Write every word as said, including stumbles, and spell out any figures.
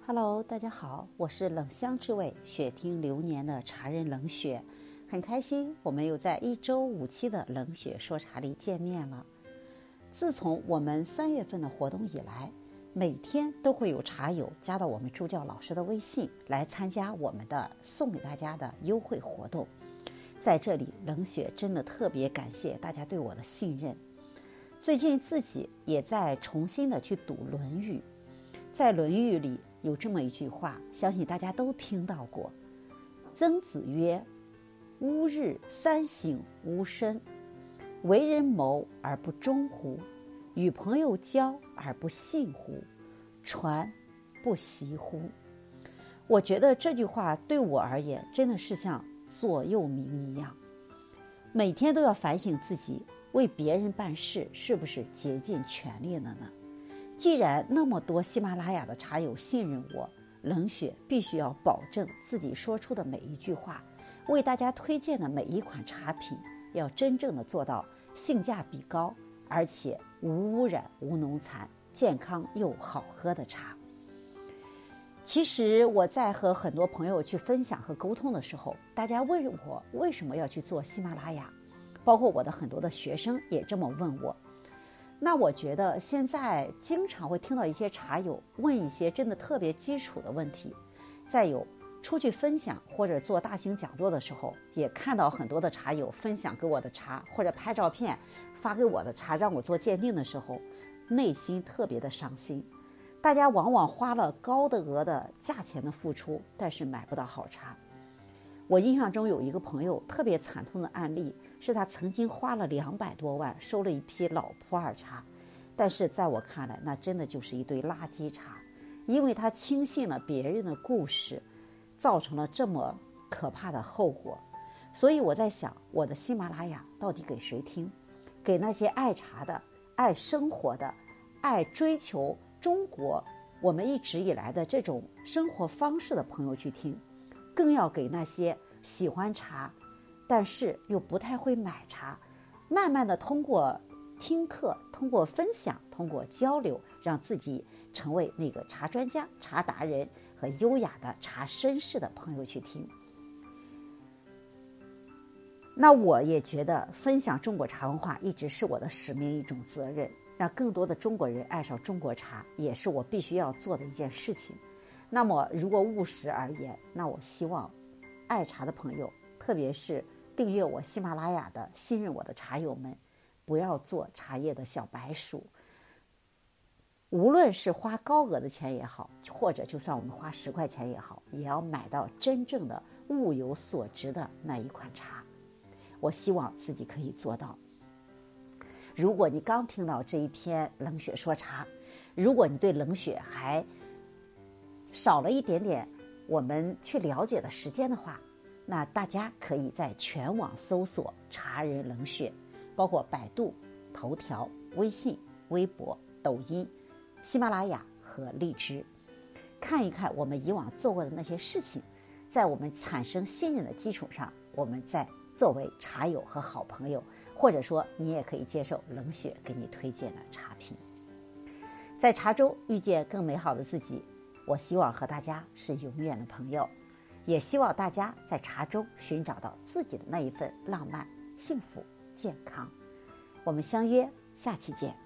Hello， 大家好，我是冷香之味雪听流年的茶人冷雪，很开心我们又在一周五期的冷雪说茶里见面了。自从我们三月份的活动以来，每天都会有茶友加到我们助教老师的微信来参加我们的送给大家的优惠活动。在这里，冷雪真的特别感谢大家对我的信任。最近自己也在重新的去读《论语》，在《论语》里有这么一句话，相信大家都听到过。曾子曰：吾日三省吾身，为人谋而不忠乎？与朋友交而不信乎？传不习乎？我觉得这句话对我而言真的是像座右铭一样，每天都要反省自己为别人办事是不是竭尽全力了呢？既然那么多喜马拉雅的茶友信任我，冷雪必须要保证自己说出的每一句话，为大家推荐的每一款茶品，要真正的做到性价比高，而且无污染、无农残，健康又好喝的茶。其实我在和很多朋友去分享和沟通的时候，大家问我为什么要去做喜马拉雅，包括我的很多的学生也这么问我。那我觉得现在经常会听到一些茶友问一些真的特别基础的问题，再有出去分享或者做大型讲座的时候，也看到很多的茶友分享给我的茶，或者拍照片发给我的茶让我做鉴定的时候，内心特别的伤心。大家往往花了高的额的价钱的付出，但是买不到好茶。我印象中有一个朋友特别惨痛的案例，是他曾经花了两百多万收了一批老普洱茶，但是在我看来那真的就是一堆垃圾茶，因为他轻信了别人的故事，造成了这么可怕的后果。所以我在想，我的喜马拉雅到底给谁听？给那些爱茶的、爱生活的、爱追求中国我们一直以来的这种生活方式的朋友去听，更要给那些喜欢茶但是又不太会买茶，慢慢的通过听课、通过分享、通过交流，让自己成为那个茶专家、茶达人和优雅的茶绅士的朋友去听。那我也觉得分享中国茶文化一直是我的使命，一种责任，让更多的中国人爱上中国茶，也是我必须要做的一件事情。那么如果务实而言，那我希望爱茶的朋友，特别是订阅我喜马拉雅的信任我的茶友们，不要做茶叶的小白鼠。无论是花高额的钱也好，或者就算我们花十块钱也好，也要买到真正的物有所值的那一款茶。我希望自己可以做到。如果你刚听到这一篇冷雪说茶，如果你对冷雪还少了一点点我们去了解的时间的话，那大家可以在全网搜索茶人冷雪，包括百度、头条、微信、微博、抖音、喜马拉雅和荔枝，看一看我们以往做过的那些事情，在我们产生信任的基础上，我们再作为茶友和好朋友，或者说你也可以接受冷雪给你推荐的茶品。在茶中遇见更美好的自己，我希望和大家是永远的朋友，也希望大家在茶中寻找到自己的那一份浪漫、幸福、健康。我们相约下期见。